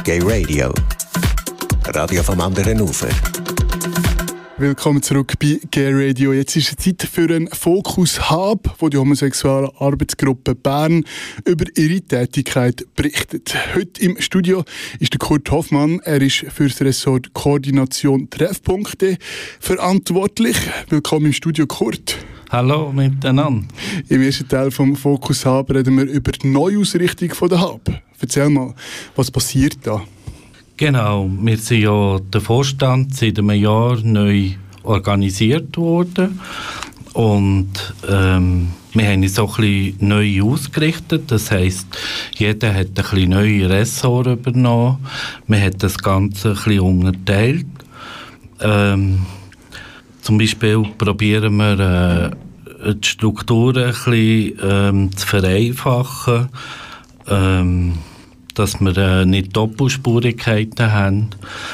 Gay Radio. Radio vom anderen Ufer. Willkommen zurück bei Gay Radio. Jetzt ist es Zeit für einen Fokus Hub, wo die homosexuelle Arbeitsgruppe Bern über ihre Tätigkeit berichtet. Heute im Studio ist der Kurt Hoffmann. Er ist für das Ressort Koordination Treffpunkte verantwortlich. Willkommen im Studio, Kurt. Hallo miteinander. Im ersten Teil vom Fokus Hub reden wir über die Neuausrichtung der Hub. Erzähl mal, was passiert da? Genau, wir sind ja der Vorstand seit einem Jahr neu organisiert worden und wir haben uns so ein bisschen neu ausgerichtet. Das heisst, jeder hat ein bisschen neue Ressorts übernommen. Man hat das Ganze ein bisschen unterteilt. Zum Beispiel probieren wir die Strukturen ein bisschen zu vereinfachen, dass wir nicht Doppelspurigkeiten haben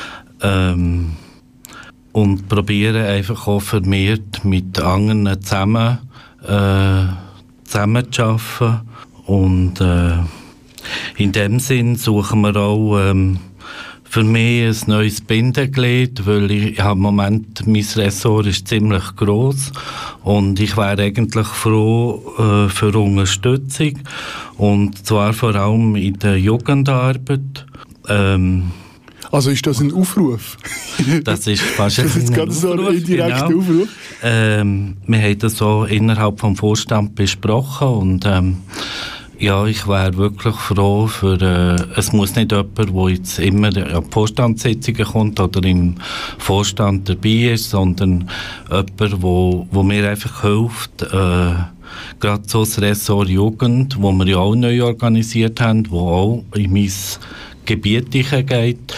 und probieren einfach auch vermehrt mit anderen zusammen zu arbeiten. Und in dem Sinn suchen wir auch für mich ein neues Bindeglied, weil ich im Moment, mein Ressort ist ziemlich gross und ich wäre eigentlich froh für Unterstützung, und zwar vor allem in der Jugendarbeit. Also ist das ein Aufruf? Das ist fast das ist ganz so ein indirekter Aufruf. Wir haben das so innerhalb vom Vorstand besprochen und ja, ich wäre wirklich froh für, es muss nicht jemand, der jetzt immer an Vorstandssitzungen kommt oder im Vorstand dabei ist, sondern jemand, wo mir einfach hilft, gerade so das Ressort Jugend, wo wir ja auch neu organisiert haben, wo auch in mein Gebiet geht,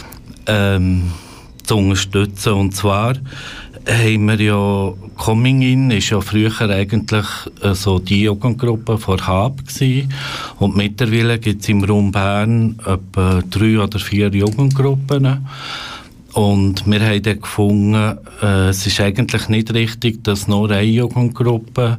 zu unterstützen. Und zwar haben wir ja, Coming In ist ja früher eigentlich so die Jugendgruppe von HAB gewesen. Und mittlerweile gibt es im Raum Bern etwa 3 oder 4 Jugendgruppen. Und wir haben dann gefunden, es ist eigentlich nicht richtig, dass nur eine Jugendgruppe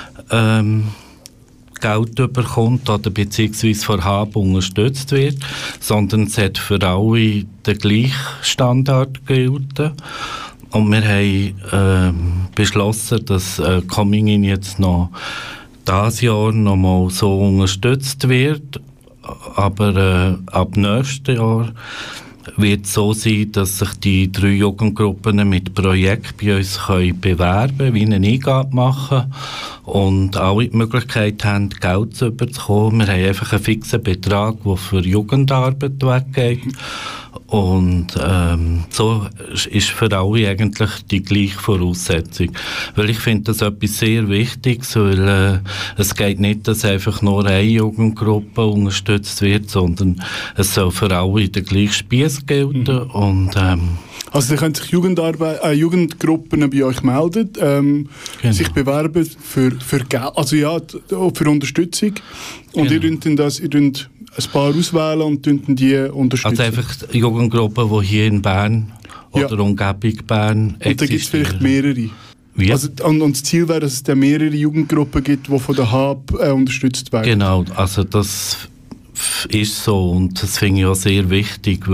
Geld bekommt oder beziehungsweise von HAB unterstützt wird, sondern es hat für alle den gleichen Standard gelten. Und wir haben beschlossen, dass Coming In jetzt noch dieses Jahr noch mal so unterstützt wird. Aber ab nächstes Jahr wird es so sein, dass sich die 3 Jugendgruppen mit Projekten bei uns bewerben können, wie eine Eingabe machen und alle die Möglichkeit haben, Geld zu bekommen. Wir haben einfach einen fixen Betrag, der für Jugendarbeit weggeht. Und so ist für alle eigentlich die gleiche Voraussetzung. Weil ich finde das etwas sehr Wichtiges, weil es geht nicht, dass einfach nur eine Jugendgruppe unterstützt wird, sondern es soll für alle der gleiche Spiess gelten. Und, also da können sich Jugendgruppen bei euch melden, genau. sich bewerben für Geld, also ja, für Unterstützung. Und genau. ihr könnt ein paar auswählen und die unterstützen. Also einfach Jugendgruppen, die hier in Bern oder Umgebung Bern existieren. Und da gibt es vielleicht mehrere. Ja. Also, und das Ziel wäre, dass es dann mehrere Jugendgruppen gibt, die von der HAB unterstützt werden. Genau, also das ist so und das finde ich auch sehr wichtig.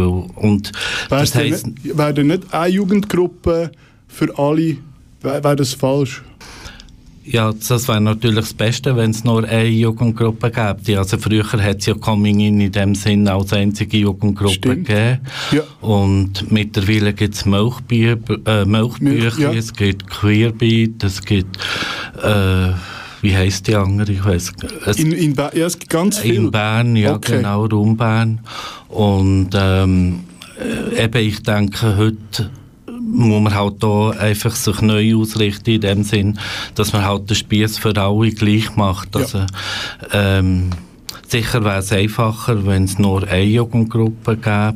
Wäre denn nicht eine Jugendgruppe für alle, wäre das falsch? Ja, das wäre natürlich das Beste, wenn es nur eine Jugendgruppe gäbe. Also früher hat es ja Coming In dem Sinn als einzige Jugendgruppe gegeben. Ja. Und mittlerweile gibt es Milchbücher, ja. Es gibt Queerbeat, es gibt, wie heisst die andere? Ich weiss, es gibt ganz viel. In Bern, ja, okay. Genau, Raum Bern. Und eben, ich denke, heute muss man halt da einfach sich neu ausrichten, in dem Sinn, dass man halt den Spiess für alle gleich macht. Ja. Also, sicher wäre es einfacher, wenn es nur eine Jugendgruppe gäbe,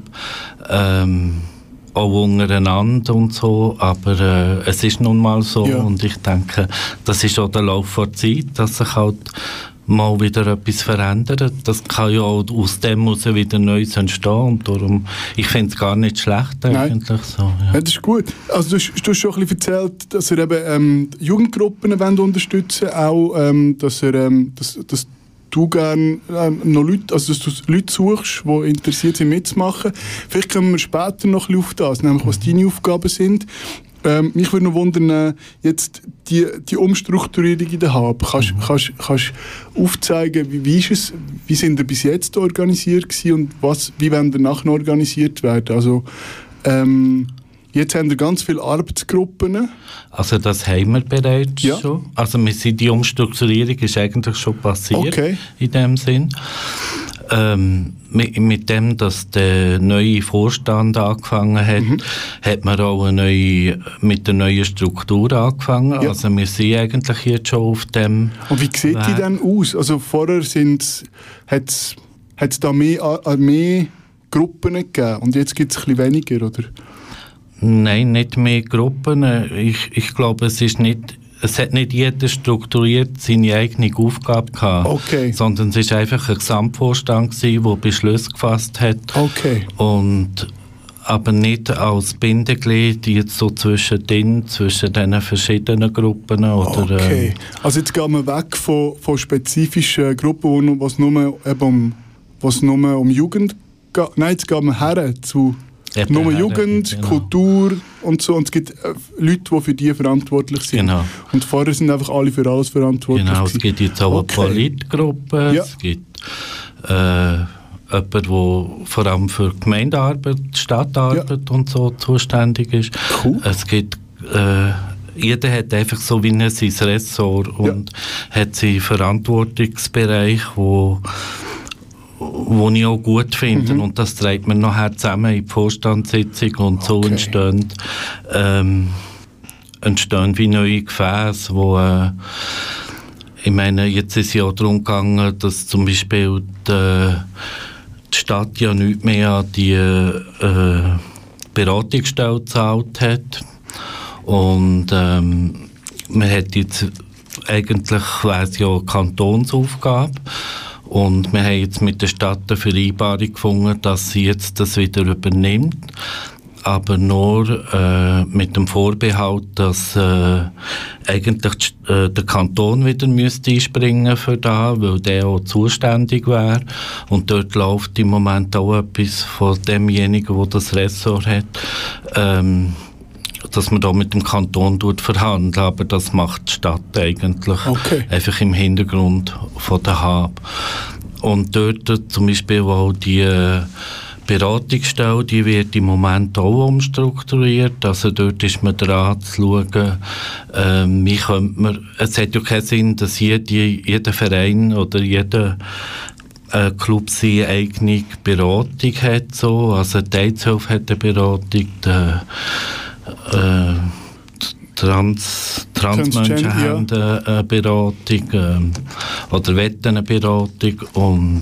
auch untereinander und so, aber es ist nun mal so, ja. Und ich denke, das ist auch der Lauf der Zeit, dass sich halt mal wieder etwas verändert. Das kann ja auch aus dem heraus wieder Neues entstehen und darum, ich finde es gar nicht schlecht eigentlich. So, ja. Ja, das ist gut. Also du hast schon ein bisschen erzählt, dass ihr eben Jugendgruppen unterstützen wollt, auch dass ihr dass du gerne noch Leute, also dass du Leute suchst, die interessiert sind mitzumachen. Vielleicht kommen wir später noch ein bisschen auf das, nämlich was deine Aufgaben sind. Mich würde noch wundern, jetzt die Umstrukturierung in der Hub. Kannst du aufzeigen, wie sind ihr bis jetzt organisiert gewesen und wie wollen ihr nachher organisiert werden? Also, jetzt haben wir ganz viele Arbeitsgruppen. Also das haben wir bereits schon. Also die Umstrukturierung ist eigentlich schon passiert, in dem Sinn. Mit dem, dass der neue Vorstand angefangen hat, hat man auch mit der neuen Struktur angefangen. Ja. Also wir sind eigentlich jetzt schon auf dem Und wie sieht die denn aus? Also vorher hat es da mehr Gruppen gegeben und jetzt gibt es ein bisschen weniger, oder? Nein, nicht mehr Gruppen. Ich glaube, es hat nicht jeder strukturiert seine eigene Aufgabe gehabt, sondern es war einfach ein Gesamtvorstand, der Beschlüsse gefasst hat. Aber nicht als Bindeglied jetzt so zwischen diesen verschiedenen Gruppen. Oder, also jetzt gehen wir weg von spezifischen Gruppen, wo es nur um Jugend geht. Nein, jetzt gehen wir her zu nur Jugend, genau. Kultur und so. Und es gibt Leute, die für die verantwortlich sind. Genau. Und vorher sind einfach alle für alles verantwortlich. Genau, es gibt jetzt auch eine Politgruppe. Ja. Es gibt jemanden, der vor allem für Gemeindearbeit, Stadtarbeit und so zuständig ist. Cool. Es gibt jeder hat einfach so wie sein Ressort und hat seinen Verantwortungsbereich, wo ich auch gut finde. Und das trägt man nachher zusammen in die Vorstandssitzung und so entstehen wie neue Gefäße, wo ich meine, jetzt ist es ja auch darum gegangen, dass zum Beispiel die Stadt ja nicht mehr an die Beratungsstelle gezahlt hat. Und man hat jetzt eigentlich, wäre es ja eine Kantonsaufgabe. Und wir haben jetzt mit der Stadt eine Vereinbarung gefunden, dass sie jetzt das wieder übernimmt. Aber nur mit dem Vorbehalt, dass eigentlich der Kanton wieder einspringen für da, weil der auch zuständig wäre. Und dort läuft im Moment auch etwas von demjenigen, der das Ressort hat, dass man da mit dem Kanton verhandelt, aber das macht die Stadt eigentlich einfach im Hintergrund von der Hub. Und dort zum Beispiel auch die Beratungsstelle, die wird im Moment auch umstrukturiert. Also dort ist man dran zu schauen, es hat ja keinen Sinn, dass jeder Verein oder jeder Club seine eigene Beratung hat. So. Also die Aidshilfe hat eine Beratung, Transmenschen haben eine Beratung oder wetten eine Beratung und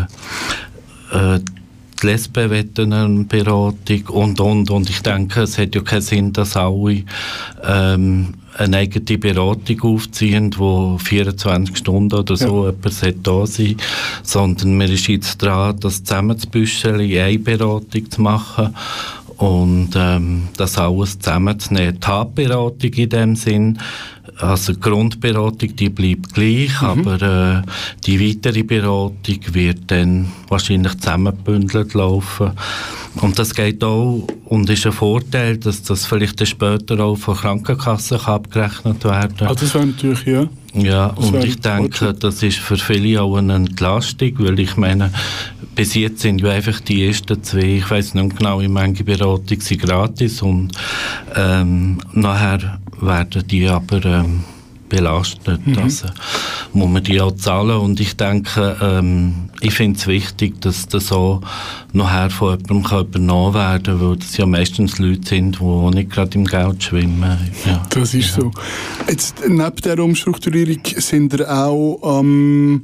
die Lesben wetten eine Beratung und. Ich denke, es hat ja keinen Sinn, dass alle eine eigene Beratung aufziehen, die 24 Stunden oder so jemand da sein, sondern man ist jetzt dran, das zusammenzubüscheln, eine Beratung zu machen. Und das alles zusammenzunehmen. Die Habberatung in dem Sinn, also die Grundberatung, die bleibt gleich, aber die weitere Beratung wird dann wahrscheinlich zusammengebündelt laufen. Und das geht auch und ist ein Vorteil, dass das vielleicht später auch von Krankenkassen abgerechnet werden kann. Das wäre natürlich, Ja, und ich denke, das ist für viele auch eine Entlastung, weil ich meine, bis jetzt sind ja einfach die ersten 2, ich weiss nicht genau, wie manche Beratungen sind gratis und nachher werden die aber belastet. Also muss man die auch zahlen und ich denke, ich finde es wichtig, dass das auch nachher von jemandem übernommen werden kann, weil das ja meistens Leute sind, die nicht gerade im Geld schwimmen. Ja. Das ist so. Jetzt, neben der Umstrukturierung sind ihr auch am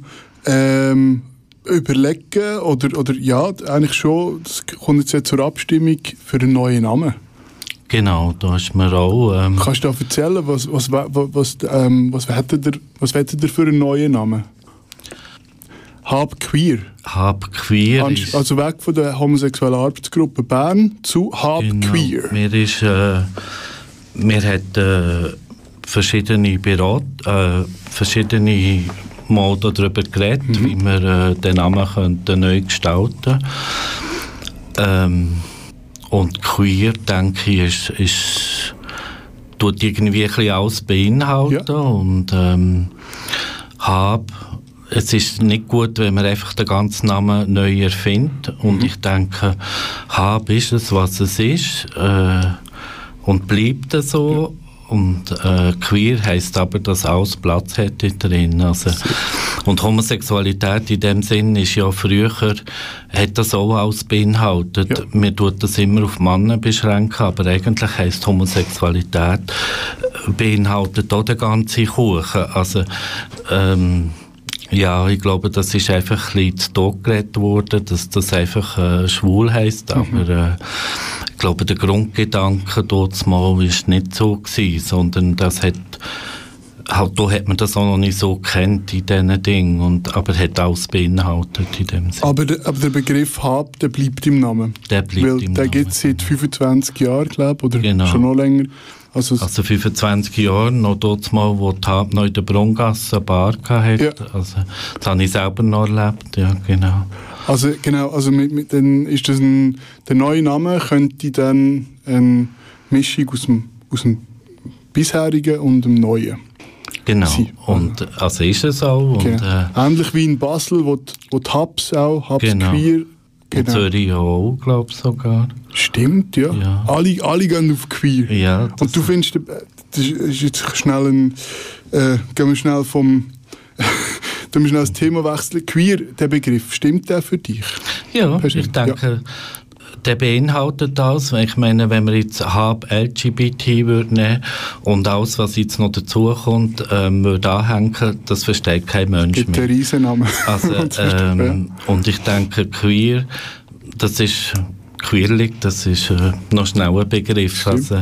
überlegen, oder ja, eigentlich schon, das kommt jetzt zur Abstimmung für einen neuen Namen. Genau, da ist mir auch... Kannst du da erzählen, was hättet ihr für einen neuen Namen? Hub Queer. Hub Queer also weg von der homosexuellen Arbeitsgruppe Bern zu Hub Queer. Wir hatten verschiedene mal darüber geredet, wie wir den Namen könnten neu gestalten könnten. Und queer, denke ich, tut irgendwie ein bisschen alles beinhalten. Ja. Und es ist nicht gut, wenn man einfach den ganzen Namen neu erfindet. Und ich denke, Hab ist es, was es ist. Und bleibt so. Und queer heisst aber, dass alles Platz hätte drin. Also, und Homosexualität in dem Sinn ist ja früher, hat das auch alles beinhaltet. Ja. Man tut das immer auf Männer beschränken, aber eigentlich heisst Homosexualität beinhaltet auch den ganzen Kuchen. Also, ja, ich glaube, das ist einfach ein bisschen zu Tod geredet worden, dass das einfach schwul heisst, aber ich glaube, der Grundgedanke dort mal ist nicht so gewesen, sondern das hat man das auch noch nicht so gekannt in diesen Dingen, aber hat alles beinhaltet in dem Sinne. Aber der Begriff Hab, der bleibt im Namen? Der bleibt im Namen. Der gibt es seit 25 Jahren, glaube ich, oder genau. Schon noch länger. Also 25 Jahre, noch dort mal, wo die Hab noch in der Brungasse eine Bar hatte. Ja. Also, das habe ich selber noch erlebt, ja, genau. Also mit ist das der neue Name könnte dann eine Mischung aus dem bisherigen und dem neuen. Genau, sein. Und also ist es auch. Und, ähnlich wie in Basel, wo die Hubs auch, Hubs genau. Queer. Genau. Und Zürich auch, glaube ich sogar. Stimmt, ja. Alle gehen auf Queer. Ja, und du findest, das ist jetzt schnell gehen wir schnell du musst das Thema wechseln. Queer, der Begriff, stimmt der für dich? Ja, ich denke, der beinhaltet das. Ich meine, wenn man jetzt LGBT würde nehmen und alles, was jetzt noch dazu kommt, würde anhängen, das versteht kein Mensch mehr. Der Riesenname. Also, und ich denke, queer, das ist queerlich, das ist noch schnell ein Begriff. Also,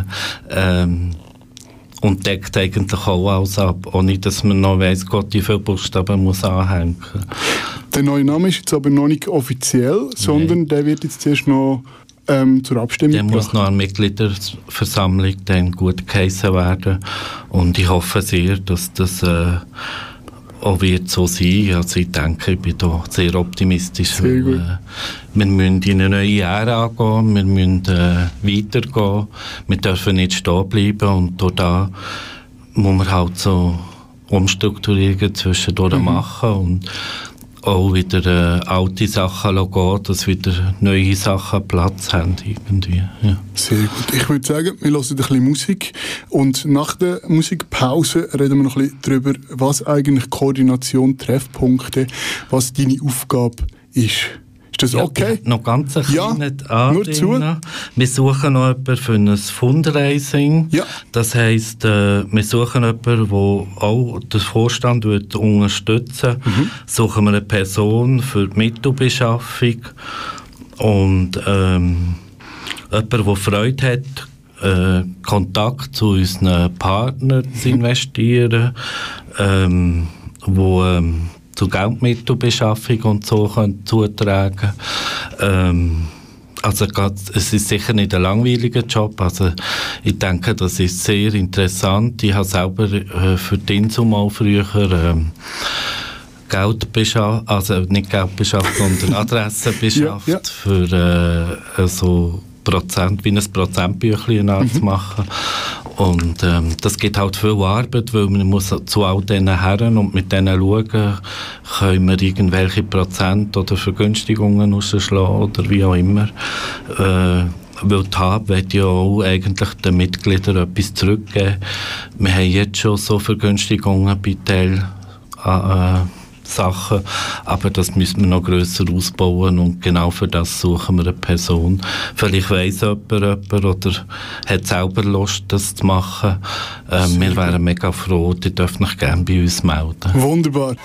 und deckt eigentlich auch alles ab, ohne dass man noch weiss Gott, wie viele Buchstaben muss anhängen. Der neue Name ist jetzt aber noch nicht offiziell, sondern der wird jetzt zuerst noch zur Abstimmung gebracht. Der muss noch an Mitgliederversammlung dann gut geheissen werden. Und ich hoffe sehr, dass das auch wird so sein. Also ich denke, ich bin da sehr optimistisch. Sehr gut. Wir müssen in eine neue Ära gehen, wir müssen weitergehen, wir dürfen nicht stehen bleiben und da muss man halt so Umstrukturierungen zwischendurch machen und auch wieder alte Sachen gehen, dass wieder neue Sachen Platz haben irgendwie. Ja. Sehr gut. Ich würde sagen, wir hören ein bisschen Musik und nach der Musikpause reden wir noch ein bisschen darüber, was eigentlich Koordination, Treffpunkte, was deine Aufgabe ist. Ist das okay? Ja, noch ganz ein kleines nur zu. Wir suchen noch jemanden für ein Fundraising. Ja. Das heisst, wir suchen jemanden, der auch den Vorstand unterstützen will. Suchen wir eine Person für die Mittelbeschaffung und jemanden, der Freude hat, Kontakt zu unseren Partnern zu investieren, wo zu Geldmittelbeschaffung und so zutragen können. Also es ist sicher nicht ein langweiliger Job. Also ich denke, das ist sehr interessant. Ich habe selber für die Insel mal früher Geld beschafft, also nicht Geld beschafft, sondern Adressen beschafft für so Prozent, wie ein Prozentbüchlein anzumachen. Und das gibt halt viel Arbeit, weil man muss zu all diesen Herren und mit denen schauen, können wir irgendwelche Prozent oder Vergünstigungen rausschlagen oder wie auch immer. Weil die HAB will ja auch eigentlich den Mitgliedern etwas zurückgeben. Wir haben jetzt schon so Vergünstigungen bei Sachen, aber das müssen wir noch grösser ausbauen und genau für das suchen wir eine Person. Vielleicht weiss jemand oder hat selber Lust, das zu machen. Wir wären mega froh, ihr dürft euch gerne bei uns melden. Wunderbar.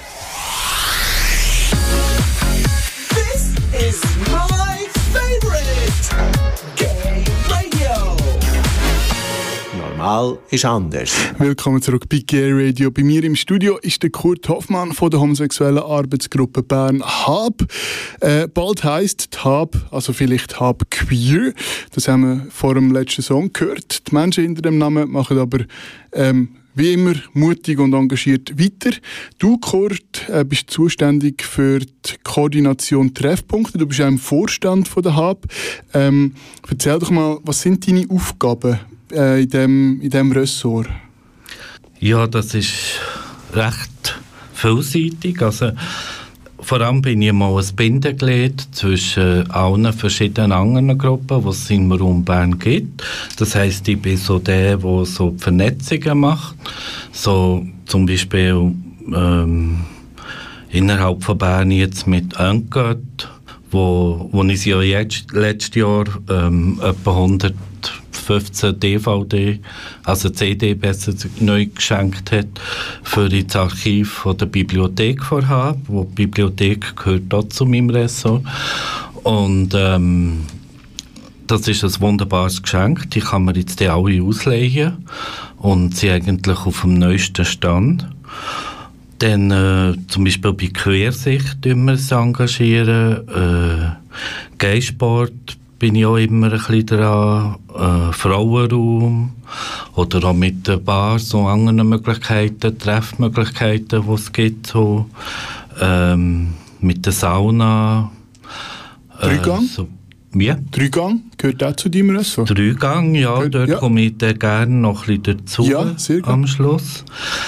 This is my favorite Gay Radio. Normal ist anders. Willkommen zurück bei Gay Radio. Bei mir im Studio ist der Kurt Hoffmann von der homosexuellen Arbeitsgruppe Bern HAB. Bald heisst die HAB, also vielleicht HAB Queer. Das haben wir vor dem letzten Song gehört. Die Menschen hinter dem Namen machen aber wie immer mutig und engagiert weiter. Du, Kurt, bist zuständig für die Koordination Treffpunkte. Du bist auch im Vorstand von der HAB. Erzähl doch mal, was sind deine Aufgaben in dem Ressort? Ja, das ist recht vielseitig. Also, vor allem bin ich mal ein Bindeglied zwischen allen verschiedenen anderen Gruppen, die es im Raum Bern gibt. Das heisst, ich bin so der so die Vernetzungen macht. So zum Beispiel innerhalb von Bern jetzt mit Uncut, wo ich ja letztes Jahr etwa 115 DVD, also CD besser neu geschenkt hat für das Archiv von der Bibliothek vorhaben, wo die Bibliothek gehört auch zu meinem Ressort. Und das ist ein wunderbares Geschenk, die kann man jetzt alle ausleihen und sie eigentlich auf dem neuesten Stand. Dann zum Beispiel bei Quersicht engagieren, Geistsport bin ich auch immer ein bisschen dran, Frauenraum oder auch mit der Bar, so anderen Möglichkeiten, Treffmöglichkeiten, die es gibt, so, mit der Sauna. Dreigang? Wie? Dreigang gehört auch zu deinem Ressort? Dreigang, ja, dort komme ich gerne noch ein bisschen dazu am Schluss.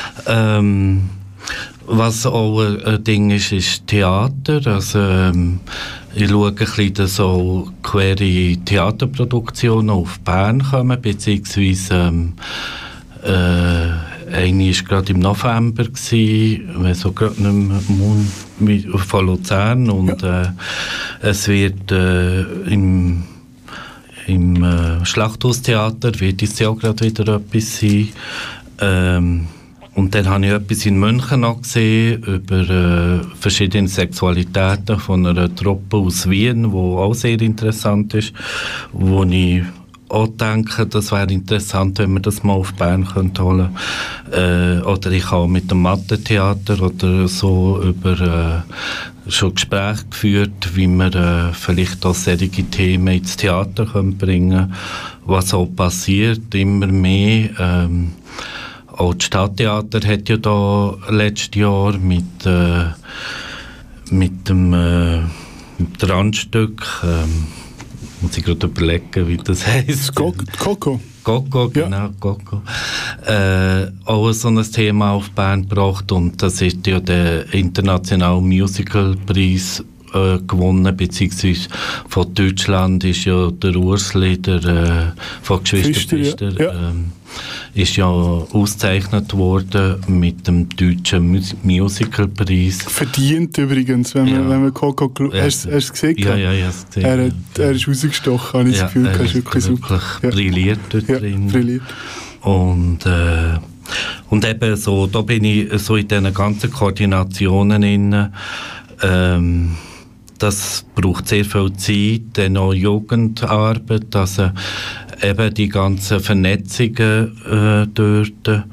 Was auch ein Ding ist Theater. Also, ich schaue ein bisschen, dass auch queere Theaterproduktionen auf Bern kommen, beziehungsweise eine war gerade im November, ich weiss auch gerade nicht mehr, von Luzern. Und es wird im Schlachthaustheater wird es ja auch gerade wieder etwas sein. Und dann habe ich etwas in München noch gesehen über verschiedene Sexualitäten von einer Truppe aus Wien, die auch sehr interessant ist, wo ich auch denke, das wäre interessant, wenn man das mal auf Bern holen könnte. Oder ich habe mit dem Mathe-Theater oder so über schon Gespräche geführt, wie man vielleicht auch solche Themen ins Theater bringen können. Was auch passiert, immer mehr. Auch das Stadttheater hat ja da letztes Jahr mit dem Randstück, muss ich gerade überlegen, wie das heisst. Coco. Coco, genau, Coco. Auch so ein Thema auf Bern gebracht und das ist ja der internationale Musicalpreis gewonnen, beziehungsweise von Deutschland ist ja der Ursli, der von Geschwister ist ja ausgezeichnet worden mit dem deutschen Musicalpreis. Verdient übrigens, wenn man Coco... Hast du es gesehen? Ja, ich habe es gesehen. Er ist rausgestochen, habe ich das Gefühl. Er ist wirklich brilliert dort drin. Brilliert. Und eben so, da bin ich so in diesen ganzen Koordinationen drin. Das braucht sehr viel Zeit, dann auch Jugendarbeit, also eben die ganzen Vernetzungen dort.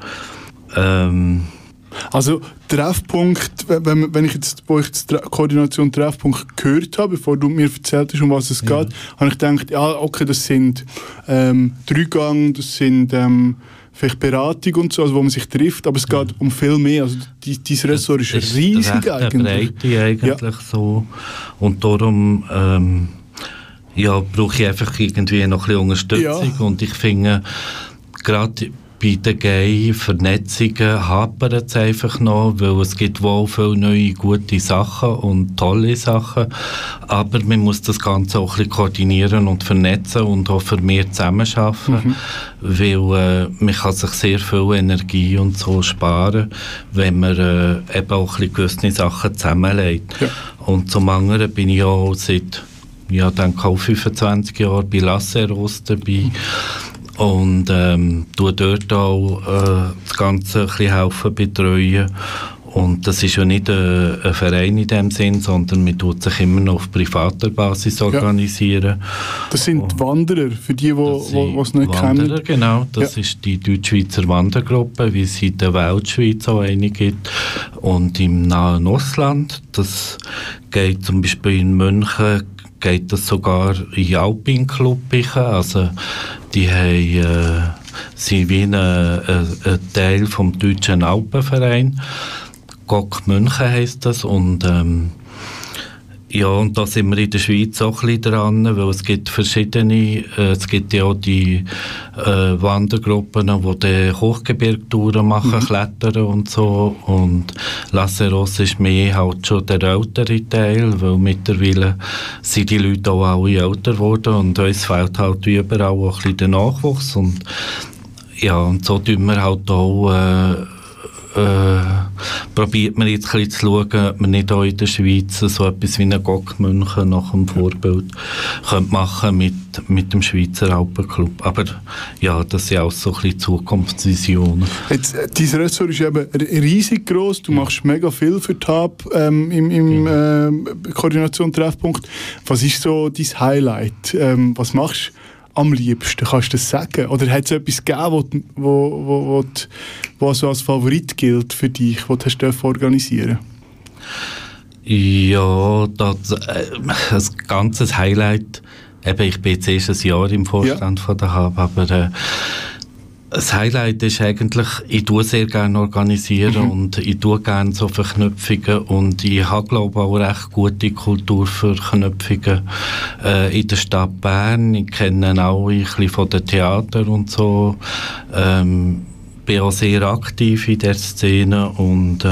Also Treffpunkt, wenn ich jetzt, wo ich die Koordination Treffpunkt gehört habe, bevor du mir erzählt hast, um was es geht, habe ich gedacht, ja, okay, das sind Dreigang, das sind vielleicht Beratung und so, also wo man sich trifft, aber es geht um viel mehr. Also dein Ressort ist riesig eigentlich. Breite eigentlich so. Und darum brauche ich einfach irgendwie noch ein bisschen Unterstützung. Ja. Und ich finde, gerade bei den Gay-Vernetzungen hapert es einfach noch, weil es gibt wohl viele neue, gute Sachen und tolle Sachen, aber man muss das Ganze auch ein bisschen koordinieren und vernetzen und auch für mehr zusammenarbeiten, weil man kann sich sehr viel Energie und so sparen, wenn man eben auch ein bisschen gewisse Sachen zusammenlegt. Ja. Und zum anderen bin ich auch seit, denke auch 25 Jahren bei Lasseros dabei. Und tue dort auch das Ganze ein bisschen helfen, betreuen. Und das ist ja nicht ein Verein in dem Sinn, sondern man tut sich immer noch auf privater Basis organisieren. Das sind Wanderer, für die es nicht kennen. Genau, das ist die Deutschschweizer Wandergruppe, wie es in der Weltschweiz auch eine gibt. Und im Nahen Ausland, das geht zum Beispiel in München, geht das sogar in den Alpin Club. Also die haben sind wie ein Teil vom Deutschen Alpenverein. GOG München heisst das. Und ja, und da sind wir in der Schweiz auch ein bisschen dran, weil es gibt verschiedene, es gibt ja auch die Wandergruppen, die die Hochgebirgstouren machen, Klettern und so. Und Lasseros ist mehr halt schon der ältere Teil, weil mittlerweile sind die Leute auch alle älter geworden und uns fehlt halt wie überall auch ein bisschen der Nachwuchs. Und ja, und so tun wir halt auch probiert man jetzt ein bisschen zu schauen, ob man nicht auch in der Schweiz so etwas wie eine GOG München nach dem Vorbild könnte machen mit dem Schweizer Alpenclub. Aber ja, das sind auch so ein bisschen Zukunftsvisionen. Jetzt, dein Ressort ist eben riesig gross, du machst mega viel für die HAB im Koordination-Treffpunkt. Was ist so dein Highlight? Was machst du am liebsten, kannst du das sagen? Oder hat es etwas gegeben, was so als Favorit gilt für dich, was du organisieren durfte? Ja, das ganze Highlight, eben, ich bin jetzt erst ein Jahr im Vorstand von der HAB, aber das Highlight ist eigentlich, ich tue sehr gerne organisieren und ich tue gerne so Verknüpfungen und ich habe, glaube ich, auch recht gute Kulturverknüpfungen in der Stadt Bern. Ich kenne auch ein bisschen von den Theater und so. Bin auch sehr aktiv in der Szene und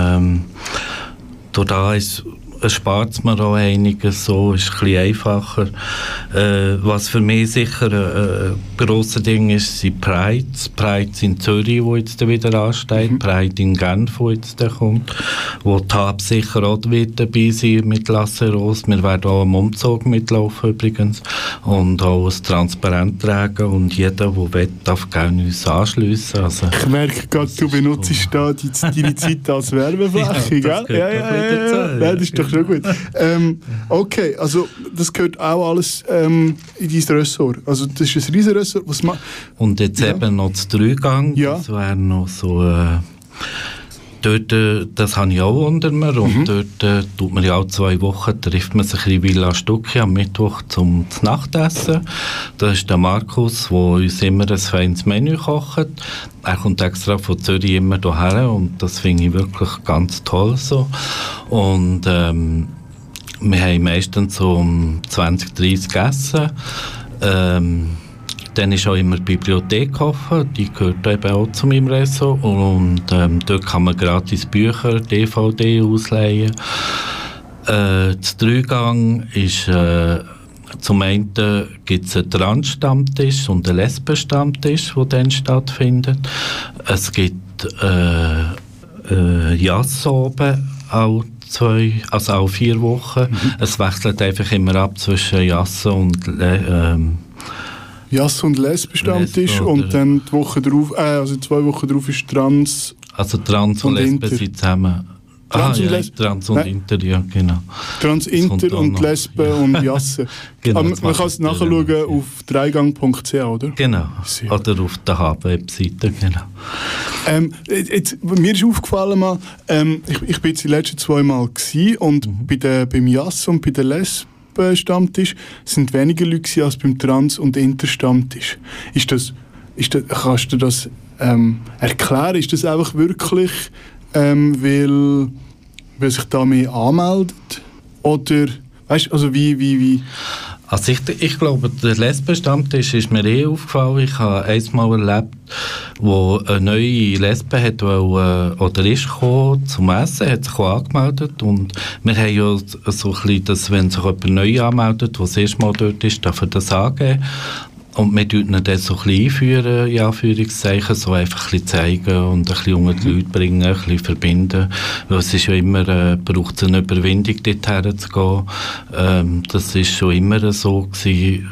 es spart mir auch einiges, so ist ein bisschen einfacher. Was für mich sicher ein grosses Ding ist, sind Prides. Prides in Zürich, wo jetzt wieder ansteht, Pride in Genf, wo jetzt kommt, wo die HAB sicher auch wird dabei sein mit Lasseros. Wir werden auch am Umzug mitlaufen übrigens und auch ein Transparent tragen und jeder, der will, darf gerne uns anschliessen. Also, ich merke gerade, du benutzt da deine Zeit als Werbefläche, gell? Ja, das ist doch schon gut. Okay, also das gehört auch alles in dein Ressort. Also das ist ein riesen Ressort. Und jetzt eben noch das Dreigang, das wäre noch so... Dort, das habe ich auch unter mir und dort tut man ja auch 2 Wochen, trifft man sich in Villa Stucki am Mittwoch zum Nachtessen. Da ist der Markus, der uns immer ein feines Menü kocht. Er kommt extra von Zürich immer hierher und das finde ich wirklich ganz toll so. Und wir haben meistens so um 20, 30 Essen. Dann ist auch immer die Bibliothek offen, die gehört eben auch zu meinem Ressort und dort kann man gratis Bücher, DVD ausleihen. Das Dreigang ist, zum einen gibt es einen Trans-Stammtisch und einen Lesben-Stammtisch, der dann stattfindet. Es gibt Jazz oben, auch 4 Wochen. Es wechselt einfach immer ab zwischen Jazz und Jass- und Lesben-Stammtisch und dann die Woche drauf, also 2 Wochen drauf ist Trans. Also Trans und Lesben sind zusammen. Trans und Inter, ja, genau. Trans, Inter und Lesben und Jasse. Genau, man kann es nachschauen auf dreigang.ch, oder? Genau, oder auf der HAB-Webseite, genau. Mir ist aufgefallen, mal, ich bin jetzt die letzten 2 Mal gewesen und beim Jasse und bei der Lesben Stammtisch sind weniger Leute als beim Trans- und Inter-Stammtisch. Kannst du das erklären? Ist das einfach wirklich, weil sich da mehr anmeldet? Oder, weißt du, also wie? Also ich glaube, der Lesben-Stammtisch ist mir aufgefallen. Ich habe einmal erlebt, wo eine neue Lesbe hat oder ist gekommen zum Essen, hat sich angemeldet. Und wir haben ja so ein bisschen, dass wenn sich jemand neu anmeldet, der das erste Mal dort ist, darf er das angeben. Und wir führen ihn dann so ein bisschen einführen, in Anführungszeichen, so einfach ein bisschen zeigen und ein bisschen unter die Leute bringen, ein bisschen verbinden. Weil es ist ja immer, braucht es eine Überwindung, dorthin zu gehen. Das ist schon immer so gewesen.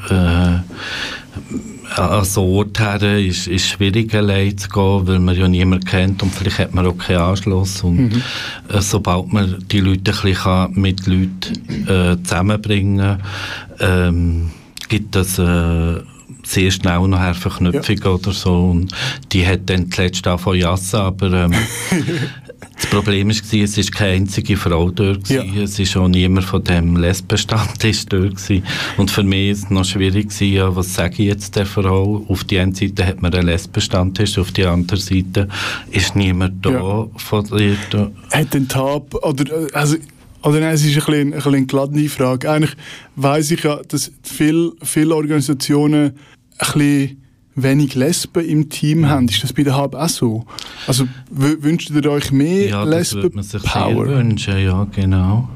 An so Ort her ist es schwierig, allein zu gehen, weil man ja niemanden kennt und vielleicht hat man auch keinen Anschluss. Und sobald man die Leute ein bisschen mit Leuten zusammenbringen kann, gibt es sehr schnell nachher Verknüpfungen oder so. Und die hat dann zuletzt auch von Jassen, aber Das Problem war, es war keine einzige Frau dort. Ja. Es war auch niemand von dem Lesbenstammtisch dort. Und für mich war es noch schwierig, ja, was sage ich jetzt der Frau? Auf die eine Seite hat man einen Lesbenstammtisch, auf die andere Seite ist niemand da. Ja. Von ihr da. Hat den Tab, oder nein, es ist ein bisschen eine geladene Frage. Eigentlich weiss ich ja, dass viele Organisationen ein bisschen wenig Lesben im Team haben. Ist das bei der Hub auch so? Also wünscht ihr euch mehr Ja, das würde man sich sehr Lesben-Power? wünschen, ja, genau.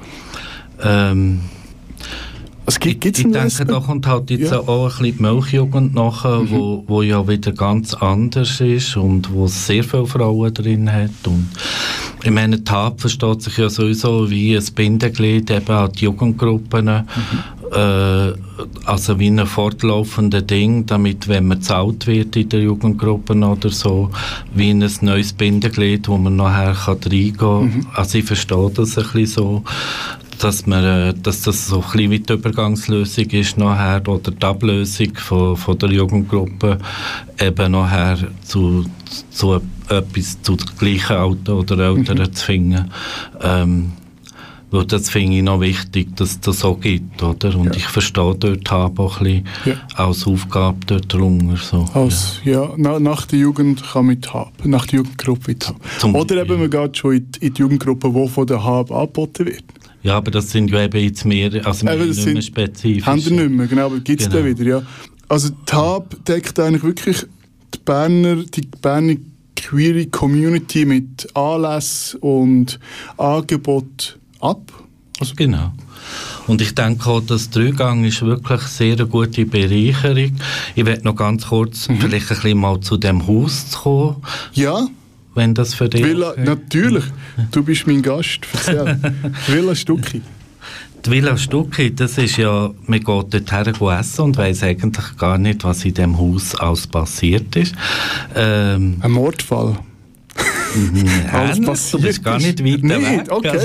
Also, gibt's Ich einen denke, da kommt halt jetzt Ja. auch ein bisschen die Milchjugend nachher, wo ja wieder ganz anders ist und wo es sehr viele Frauen drin hat. Und ich meine, die HAB versteht sich ja sowieso wie ein Bindeglied eben an die Jugendgruppen. Also wie ein fortlaufendes Ding, damit, wenn man zahlt wird in der Jugendgruppen oder so, wie ein neues Bindeglied, wo man nachher reingehen kann. Also ich verstehe das ein bisschen so, dass das so ein bisschen wie die Übergangslösung ist nachher, oder die Ablösung von der Jugendgruppe eben nachher zu etwas zu gleichen Alter oder Älteren zu finden. Weil das finde ich noch wichtig, dass das so gibt, oder? Und ich verstehe dort auch ein bisschen als Aufgabe dort drunter. So. Nach der Jugend kann man mit Hub, nach der Jugendgruppe mit Hub. Zum Oder Beispiel. eben man geht schon in die Jugendgruppe, die von der Hub angeboten wird. Ja, aber das sind ja eben jetzt mehr, also Eben, das nicht mehr sind- spezifisch. Haben die nicht mehr, genau, aber gibt es Genau. da wieder, ja. Also die Hub deckt eigentlich wirklich die Berner queere Community mit Anlässen und Angeboten ab. Also, Genau. Und ich denke auch, das Dreigang ist wirklich sehr eine gute Bereicherung. Ich werde noch ganz kurz vielleicht ein bisschen mal zu dem Haus zu kommen, ja, wenn das für dich Villa, okay. natürlich. Du bist mein Gast, erzähl. Villa Stucki. Die Villa Stucki, das ist ja, man geht dorthin essen und weiss eigentlich gar nicht, was in dem Haus alles passiert ist. Ein Mordfall. Alles Du passiert bist gar ist. nicht weit Nicht, weg. okay.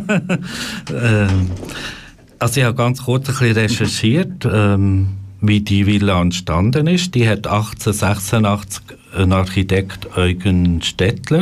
Also ich habe ganz kurz ein bisschen recherchiert, wie die Villa entstanden ist. Die hat 1886 ein Architekt Eugen Stettler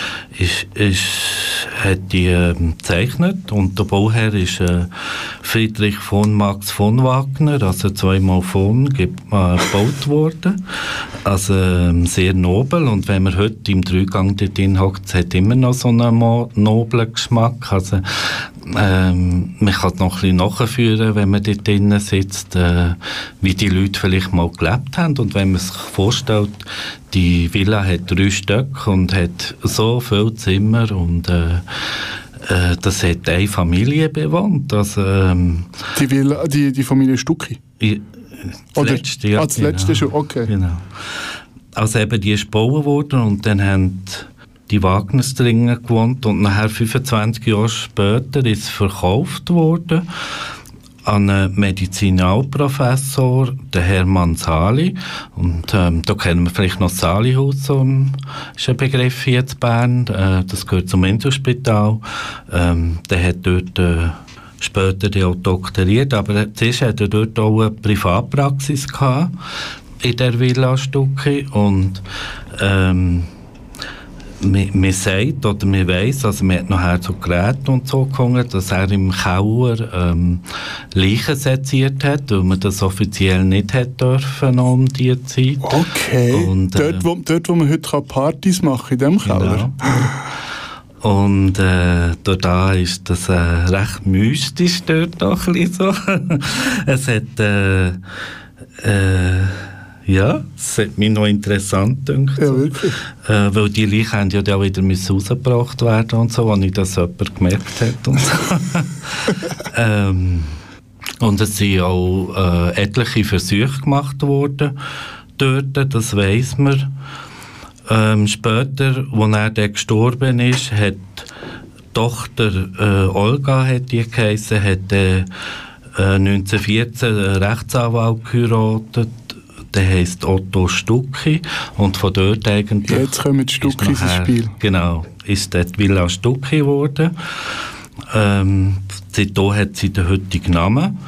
hat die gezeichnet, und der Bauherr ist Friedrich von Max von Wagner, also zweimal von gebaut worden. Also sehr nobel, und wenn man heute im Dreigang dort hockt, hat immer noch so einen noblen Geschmack. Also man kann noch ein bisschen nachführen, wenn man dort drinnen sitzt, wie die Leute vielleicht mal gelebt haben. Und wenn man sich vorstellt, die Villa hat 3 Stöcke und hat so viele Zimmer, und das hat eine Familie bewohnt. Also, Die Villa, die Familie Stucki. das letzte, ja, das letzte schon, okay. Genau. Also eben, die ist gebaut worden, und dann haben die Wagners drinnen gewohnt, und nachher 25 Jahre später ist es verkauft worden an einen Medizinalprofessor, den Hermann Sali. Und da kennen wir vielleicht noch das Sali-Haus, so ist ein Begriff hier in Bern. Das gehört zum Inselspital. Der hat dort später auch doktoriert, aber zuerst hat er dort auch eine Privatpraxis gehabt, in der Villa Stucki. Und man sagt oder man weiss, also man hat nachher so Geräte und so gefunden, dass er im Keller Leichen seziert hat, weil man das offiziell nicht hat dürfen um diese Zeit. Okay. Und, dort, wo man heute Partys machen kann, in dem Keller. Genau. Und da ist das recht mystisch dort auch ein bisschen so. Es hat ja, das hat mich noch interessant gedacht. Ja, wirklich. Weil die Leichen haben ja dann wieder rausgebracht werden und so, als ich das jemand gemerkt hat. Und, so. Und es sind auch etliche Versuche gemacht worden dort, das weiss man. Später, als er dann gestorben ist, hat die Tochter Olga, hat die geheissen, hat 1914 einen Rechtsanwalt geheiratet. Der heisst Otto Stucki, und von dort eigentlich... Jetzt kommen die Stuckis ins Spiel. Genau, ist dort Villa Stucki geworden. Seitdem hat sie den heutigen Namen.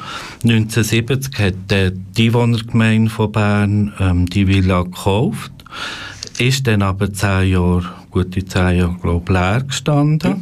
1970 hat die Einwohnergemeinde von Bern die Villa gekauft. ist dann aber 10 Jahre, gute 10 Jahre, glaube ich, leer gestanden.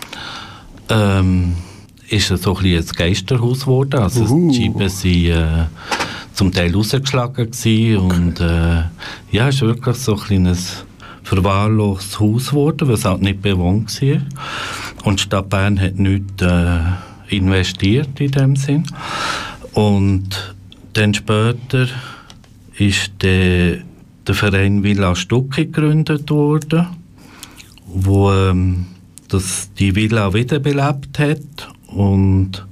Ist es so ein bisschen ein Geisterhaus geworden. Also die Scheiben waren zum Teil rausgeschlagen gewesen. Und ja, es ist wirklich so ein kleines verwahrlostes Haus geworden, was halt nicht bewohnt war. Und die Stadt Bern hat nichts investiert in dem Sinn. Und dann später ist der Verein Villa Stucki gegründet worden, wo die Villa wiederbelebt hat und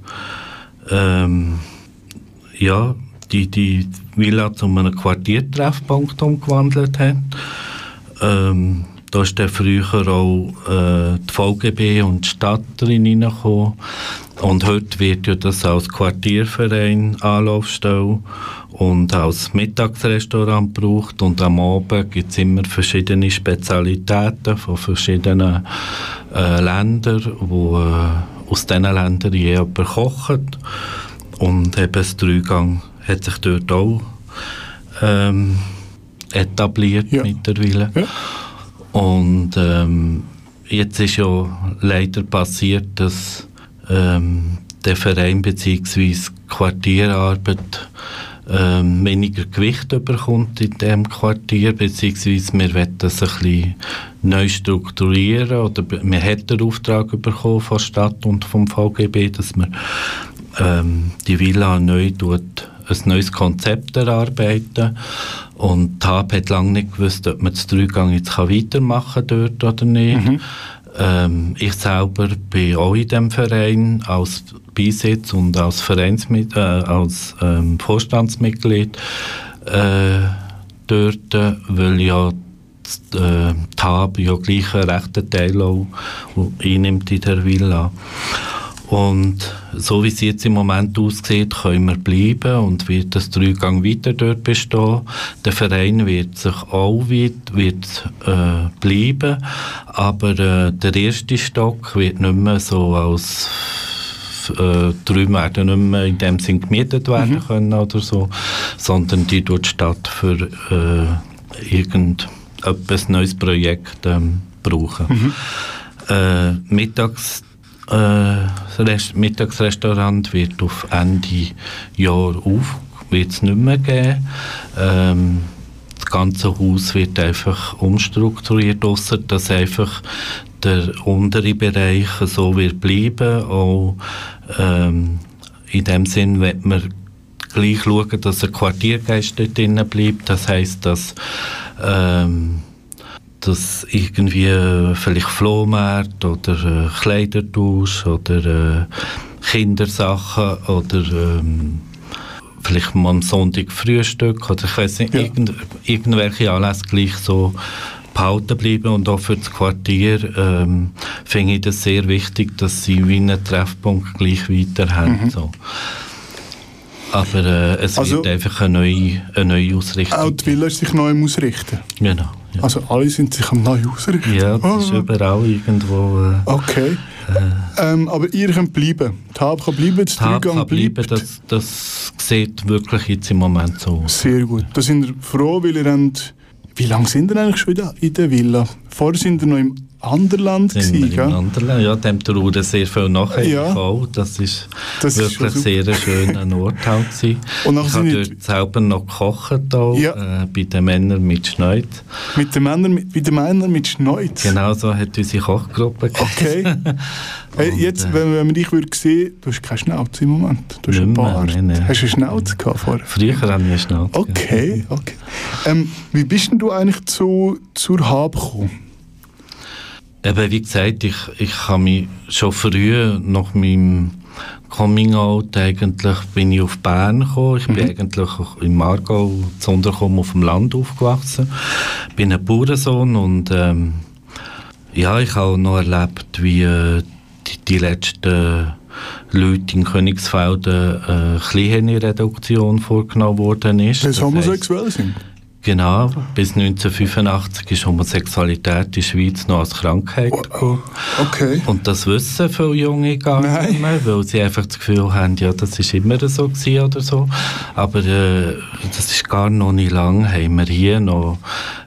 ja, die Villa zu einem Quartiertreffpunkt umgewandelt hat. Da ist dann früher auch die VGB und die Stadt drin hineingekommen. Und heute wird ja das als Quartierverein Anlaufstelle und als Mittagsrestaurant gebraucht. Und am Abend gibt es immer verschiedene Spezialitäten von verschiedenen Ländern, wo aus diesen Ländern jemand kocht. Und eben das Dreigang hat sich dort auch etabliert mittlerweile. Ja. Und jetzt ist ja leider passiert, dass der Verein bzw. Quartierarbeit weniger Gewicht bekommt in diesem Quartier, beziehungsweise wir wollen das ein bisschen neu strukturieren. Oder wir haben den Auftrag bekommen von der Stadt und vom VGB, dass wir die Villa neu ein neues Konzept erarbeiten. Und die HAB hat lange nicht gewusst, ob man das Dreigang jetzt weitermachen kann dort oder nicht. Ich selber bin auch in diesem Verein als Beisitz und als Vorstandsmitglied dort, weil ja die HAB ja gleich einen rechten Teil auch einnimmt in der Villa. Und so wie es jetzt im Moment aussieht, können wir bleiben und wird das Dreigang weiter dort bestehen. Der Verein wird sich auch bleiben, aber der erste Stock wird nicht mehr so als die Räume werden nicht mehr in dem Sinn gemietet werden können oder so, sondern die tut die Stadt für irgendetwas neues Projekt brauchen. Mittagsrestaurant wird auf Ende Jahr wird's nicht mehr geben. Das ganze Haus wird einfach umstrukturiert, ausser dass einfach der untere Bereich so wird bleiben. Auch in dem Sinn wird man gleich schauen, dass ein Quartiergeist dort drinnen bleibt. Das heisst, dass irgendwie vielleicht Flohmarkt oder Kleidertausch oder Kindersachen oder vielleicht mal am Sonntag Frühstück oder ich weiss nicht, irgendwelche Anlässe gleich so behalten bleiben. Und auch für das Quartier finde ich das sehr wichtig, dass sie wie einen Treffpunkt gleich weiter haben. So. Aber es wird einfach eine neue Ausrichtung. Auch die Villa ist sich neu ausrichten? Genau. Ja. Also alle sind sich am neu ausrichten? Ja, das ist überall irgendwo. Okay. Aber ihr könnt bleiben? Die HAB kann bleiben, das Dreigang bleibt? Das sieht wirklich jetzt im Moment so aus. Sehr gut. Da sind wir froh, weil ihr habt... Wie lange sind ihr eigentlich schon in der Villa? Vorher sind ihr noch im Anderland gewesen, im Anderland, ja, dem trauern sehr viel nachher auch. Das ist wirklich sehr ein schöner Ort halt gewesen. Und ich habe dort selber noch gekocht auch, bei den Männern mit Schneid. Bei den Männern mit Schneid? Genau, so hat unsere Kochgruppe gegeben. Okay. Hey, jetzt, wenn man dich sehen, du hast keine Schnauze im Moment. Du hast einen Bart. Nee. Hast du eine Schnauze gehabt vorher? Früher hatte ich eine Schnauze. Okay. Wie bist denn du eigentlich zur HAB gekommen? Eben, wie gesagt, ich habe mich schon früh nach meinem Coming-out bin ich auf Bern gekommen. Ich bin eigentlich im Aargau, Sonderkommen auf dem Land aufgewachsen. Ich bin ein Bauernsohn und ich habe noch erlebt, wie die letzten Leute in Königsfelden Kleinhirnreduktion vorgenommen worden ist. Weil sie homosexuell sind? Genau, bis 1985 ist Homosexualität in der Schweiz noch als Krankheit gekommen. Okay. Und das wissen viele Junge gar nicht mehr, weil sie einfach das Gefühl haben, ja, das ist immer so gewesen oder so. Aber das ist gar noch nicht lang, haben wir hier noch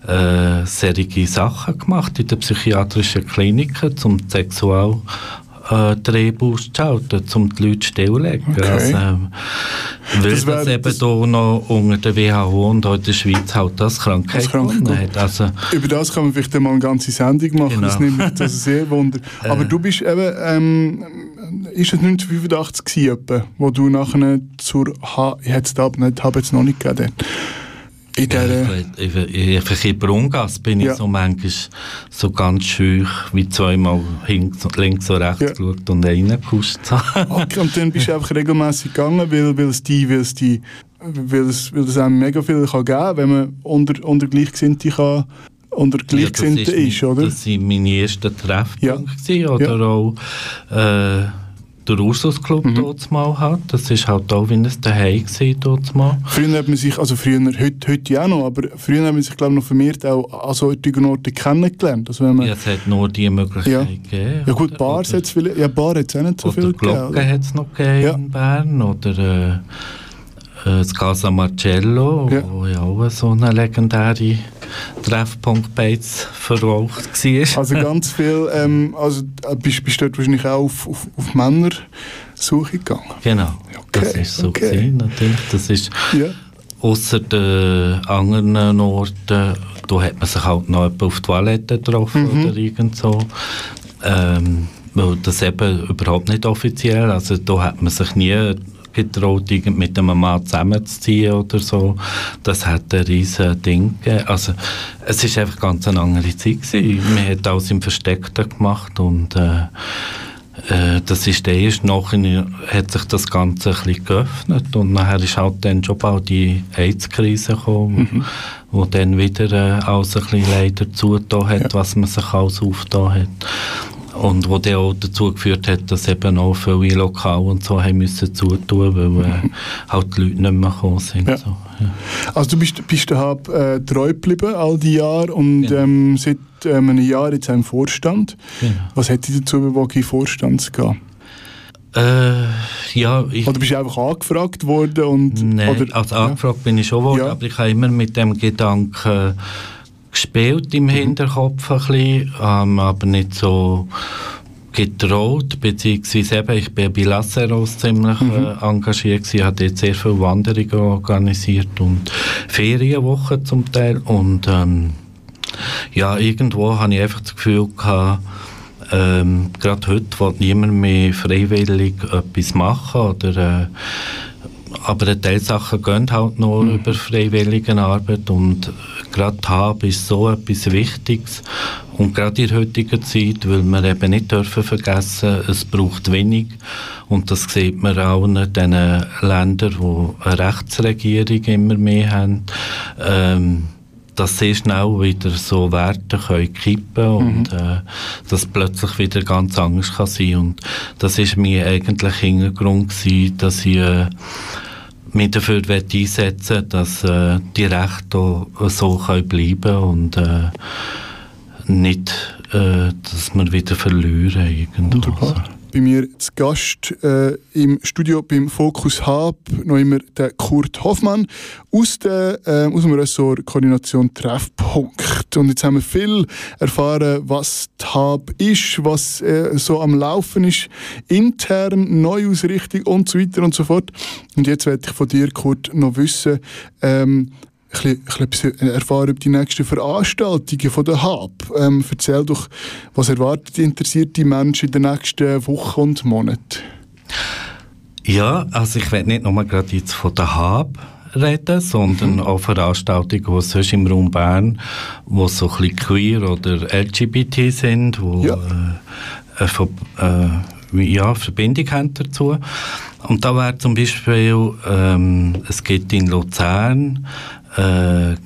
solche Sachen gemacht in den psychiatrischen Kliniken, um die Sexualtriebe auszuschalten, um die Leute stilllegen. Okay. Also, weil Das wär- das eben das- hier noch unter der WHO und auch in der Schweiz halt das Krankheit gewonnen hat. Also, Über das kann man vielleicht mal eine ganze Sendung machen, Genau. das nimmt mich das sehr wunder. Aber du bist eben, ist es 1985 gewesen, etwa, wo du nachher zur ich habe jetzt noch nicht gegeben. In der, einfach in Brungas bin Ja. ich so manchmal so ganz schüch, wie zweimal links und rechts Ja. geschaut und reingepusht. okay, und dann bist du einfach regelmäßig gegangen, weil es einem mega viel kann geben kann, wenn man unter Gleichgesinnten ist, oder? Das waren meine ersten Treffpunkte Ja. gewesen, oder Ja. auch der Ursus-Club dort mal hat. Das war halt auch wie ein Zuhause gewesen dort mal. Früher hat man sich, also heute ja auch noch, aber früher hat man sich, glaube ich, noch vermehrt auch an solchen Orten kennengelernt. Also wenn man, Ja, es hat nur die Möglichkeit Ja. gegeben. ja gut, oder? Bars hat es vielleicht, ja, Bar hat es auch nicht so Oder viel Glocke gegeben. hat es noch gegeben Ja. in Bern. Oder das Casa Marcello, Ja. wo ja auch so eine legendäre Treffpunkt beides verraucht war. Also ganz viel, bist du dort wahrscheinlich auch auf Männersuche gegangen? Genau, das Okay, ist so okay. gewesen, natürlich. Das ist Ja. ausser den anderen Orten, da hat man sich halt noch etwa auf die Toilette getroffen oder irgend so. Weil das eben überhaupt nicht offiziell, also da hat man sich nie getraut, mit einem Mann zusammenzuziehen oder so. Das hat ein riesen Ding gegeben. Also es ist einfach ganz eine andere Zeit gewesen. Man hat alles im Versteckten gemacht und das ist erst nachher hat sich das Ganze ein bisschen geöffnet und nachher ist halt dann schon bald die AIDS-Krise gekommen, wo dann wieder alles ein bisschen leider zugetan hat, was man sich alles aufgetan hat. Und wo dann auch dazu geführt hat, dass eben auch viele Lokale und so haben müssen zutun, weil halt die Leute nicht mehr gekommen sind. Ja. So, ja. Also du bist der Hab treu geblieben all die Jahre und seit einem Jahr jetzt auch im Vorstand. Genau. Was hat dich dazu bewogen, in den Vorstand zu gehen? Ja, ich... Oder bist du einfach angefragt worden? Und, Nein, oder, also angefragt bin ich schon worden, Ja. aber ich habe immer mit dem Gedanken gespielt im Hinterkopf ein bisschen, aber nicht so getraut, beziehungsweise eben, ich bin bei Lasseros ziemlich engagiert gewesen, habe dort sehr viele Wanderungen organisiert und Ferienwochen zum Teil und ja, irgendwo habe ich einfach das Gefühl gehabt, gerade heute will niemand mehr freiwillig etwas machen oder aber ein Teil Sachen gehen halt nur über freiwillige Arbeit und gerade Hab ist so etwas Wichtiges und gerade in der heutigen Zeit, weil wir eben nicht dürfen vergessen, es braucht wenig und das sieht man auch in den Ländern, die eine Rechtsregierung immer mehr haben, dass sehr schnell wieder so Werte können kippen und dass plötzlich wieder ganz anders kann sein. Und das ist mir eigentlich Hintergrund gewesen, dass ich mich dafür einsetzen will, dass die Rechte auch so können bleiben und nicht, dass wir wieder verlieren irgendwo. Wunderbar. Bei mir zu Gast im Studio beim Fokus Hab noch immer der Kurt Hoffmann aus dem Ressort Koordination Treffpunkt. Und jetzt haben wir viel erfahren, was die Hab ist, was so am Laufen ist, intern, Neuausrichtung und so weiter und so fort. Und jetzt werde ich von dir, Kurt, noch wissen, etwas erfahren über die nächsten Veranstaltungen von der Hab. Erzähl doch, was erwartet die interessierte Menschen in den nächsten Wochen und Monaten? Ja, also ich werde nicht nur gerade jetzt von der Hab reden, sondern auch Veranstaltungen, die sonst im Raum Bern, die so ein bisschen queer oder LGBT sind, die Verbindung haben dazu. Und da wäre zum Beispiel, es gibt in Luzern eine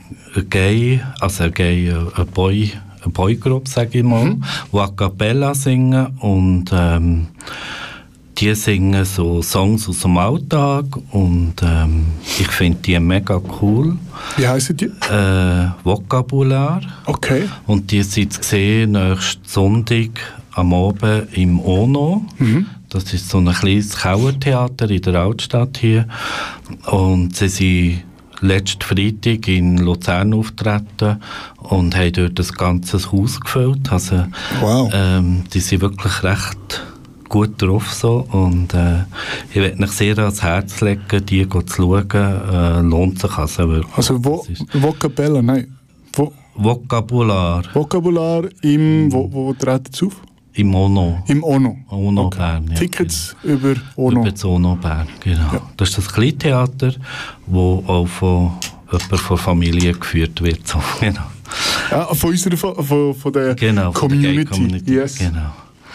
Boygroup, sage ich mal, die A Cappella singen und die singen so Songs aus dem Alltag und ich finde die mega cool. Wie heissen die? Vokabular. Okay. Und die sind zu sehen nächsten Sonntag am Abend im Ono. Das ist so ein kleines Kauertheater in der Altstadt hier. Und sie sind letzten Freitag in Luzern auftreten und haben dort das ganze Haus gefüllt. Also, Wow. die sind wirklich recht gut drauf so und ich werde mich sehr ans Herz legen, die zu schauen, lohnt sich also wirklich. Also Das ist Vocabella, nein. Vokabular Vokabular wo treten sie auf? im Ono. Im Ono. Ono Okay. Bern, ja, Tickets über Ono. Über das Ono Bern, genau. Ja. Das ist das Kleintheater, das auch von jemand von Familie geführt wird. So, genau. Ja, von unserer von der Genau, von der Gay Community. Yes. Genau.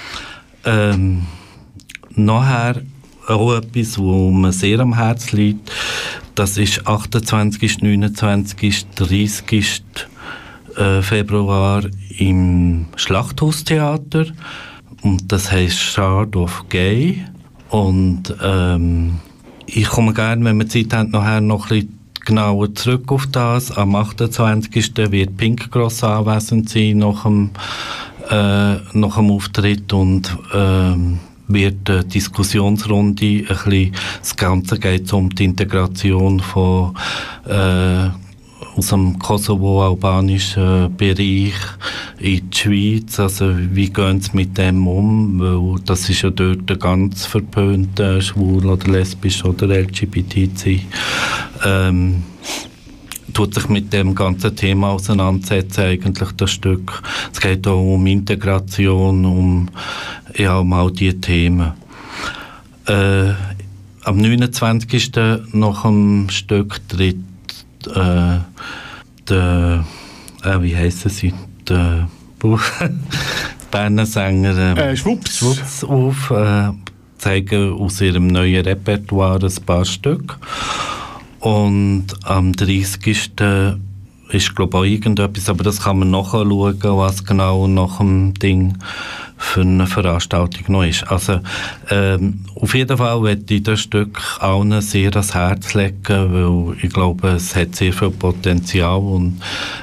Nachher auch etwas, wo mir sehr am Herzen liegt, das ist 28., 29., 30. Februar im Schlachthaustheater und das heisst Shard of Gay und ich komme gerne, wenn wir Zeit haben, nachher noch ein bisschen genauer zurück auf das. Am 28. wird Pink Gross anwesend sein nach dem Auftritt und wird eine Diskussionsrunde ein bisschen, das Ganze geht um die Integration von aus dem kosovo-albanischen Bereich in die Schweiz, also wie gehen sie mit dem um, weil das ist ja dort ein ganz verpönter schwul oder lesbisch oder LGBT tut sich mit dem ganzen Thema auseinandersetzen, eigentlich das Stück. Es geht auch um Integration, um all diese Themen. Am 29. nach dem Stück tritt wie heissen sie? Der Berner Sänger Schwupps. auf, zeigen aus ihrem neuen Repertoire ein paar Stück. Und am 30. ist, glaube ich, auch irgendetwas, aber das kann man nachschauen, was genau nach dem Ding für eine Veranstaltung noch ist. Also, auf jeden Fall möchte ich das Stück allen sehr ans Herz legen, weil ich glaube, es hat sehr viel Potenzial und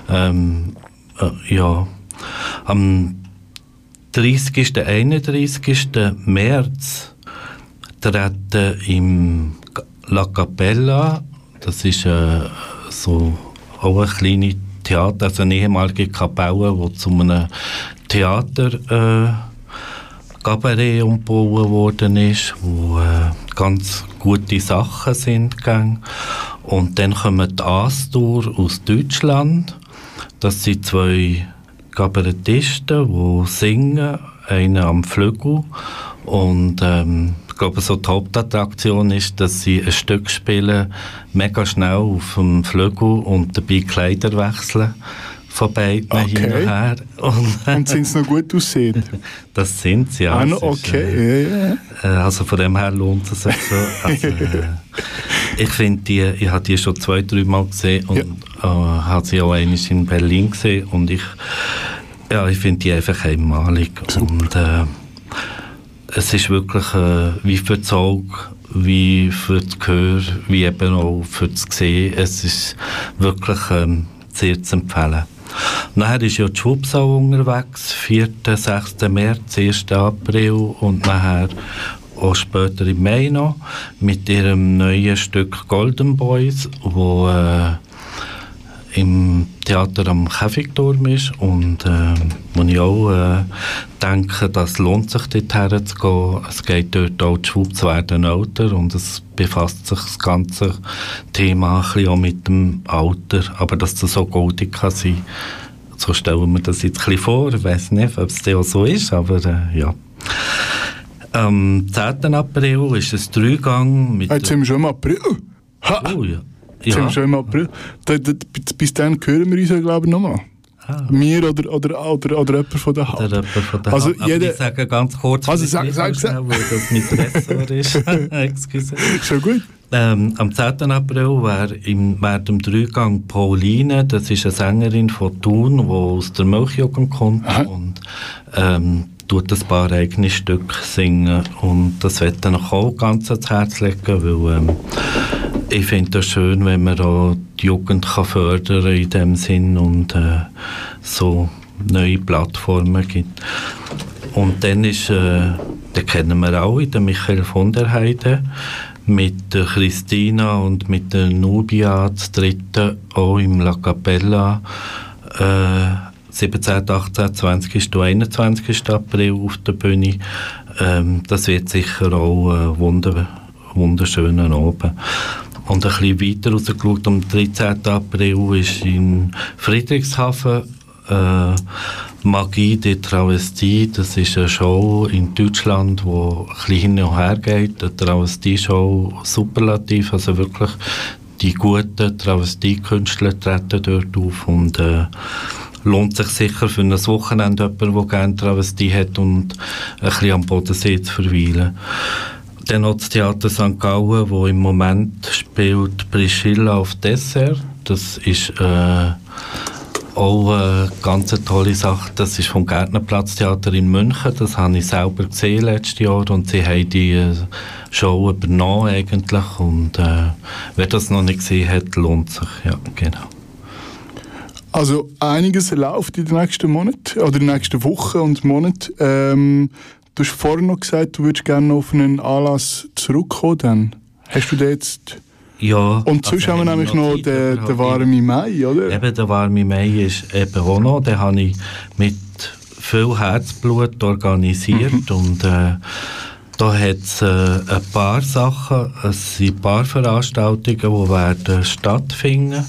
ja, am 30. 31. März treten im La Capella, das ist so auch eine kleine Theater, also eine ehemalige Kapelle, die zu einem Theater Cabaret umgebaut worden ist, wo ganz gute Sachen sind gegangen. Und dann kommen die Astor aus Deutschland. Das sind 2 Kabarettisten, die singen, einer am Flügel. Und ich glaube, so die Hauptattraktion ist, dass sie ein Stück spielen, mega schnell auf dem Flügel und dabei Kleider wechseln. Von beiden hin und her. Und sind sie noch gut aussehen? Das sind sie, ja. Ah, no, okay. Also von dem her lohnt es sich so. Also, ich finde ich habe die schon 2-3 Mal gesehen und habe sie auch einmal in Berlin gesehen und ich finde die einfach einmalig. Super. Und es ist wirklich wie für das Auge, wie für das Gehör, wie eben auch für das Sehen. Es ist wirklich sehr zu empfehlen. Nachher ist ja die Schwupps auch unterwegs, 4., 6. März, 1. April und nachher auch später im Mai noch mit ihrem neuen Stück Golden Boys, wo im Theater am Käfigturm ist und wo ich auch denke, das lohnt sich dort herzugehen. Es geht dort auch, die Schwupps werden älter und es befasst sich das ganze Thema ein bisschen auch mit dem Alter, aber dass das so goldig kann sein, so stellen wir das jetzt ein bisschen vor. Ich weiss nicht, ob es auch so ist, aber ja. Am 10. April ist es 3-Gang mit... Jetzt sind wir schon im April. Ha! Oh ja. Jetzt sind wir schon im April. Bis dann hören wir uns ja, glaube ich, nochmal. Wir oder jemand von der Hand. Oder jemand von der Also Hand. Aber ich sage ganz kurz, Also sag. weil das mein Ressort ist. Excuse. Schon gut. Am 10. April wäre im 3-Gang Pauline, das ist eine Sängerin von Thun, die aus der Milchjugend kommt und tut ein paar eigene Stücke singen und das werde ich noch auch ganz ans Herz legen, weil ich finde es schön, wenn man auch die Jugend kann fördern in dem Sinn und so neue Plattformen gibt. Und dann ist, den kennen wir auch, den Michael von der Heide, mit der Christina und mit der Nubia, das dritte, auch im La Capella, 17., 18., 20. und 21. April auf der Bühne. Das wird sicher auch ein wunderschöner Abend. Und ein bisschen weiter rausgeschaut, am 13. April ist in Friedrichshafen Magie de Travestie. Das ist eine Show in Deutschland, die ein bisschen hin und her geht. Eine Travestie-Show superlativ, also wirklich die guten Travestie-Künstler treten dort auf und lohnt sich sicher für ein Wochenende jemand, der gerne Travestie hat und ein bisschen am Bodensee zu verweilen. Dann noch das Theater St. Gallen, wo im Moment spielt Priscilla auf Dessert. Das ist auch eine ganz tolle Sache. Das ist vom Gärtnerplatztheater in München. Das habe ich selber gesehen letztes Jahr und sie haben die Show übernommen eigentlich. Und wer das noch nicht gesehen hat, lohnt sich. Ja, genau. Also einiges läuft in den nächsten Monaten oder in den nächsten Wochen und Monaten. Du hast vorhin noch gesagt, du würdest gerne auf einen Anlass zurückkommen. Dann. Hast du den jetzt... Ja. Und sonst haben wir nämlich noch den warmen Mai, oder? Eben, der warme Mai ist eben auch noch. Den habe ich mit viel Herzblut organisiert. Und da hat es ein paar Sachen, es sind ein paar Veranstaltungen, die werden stattfinden.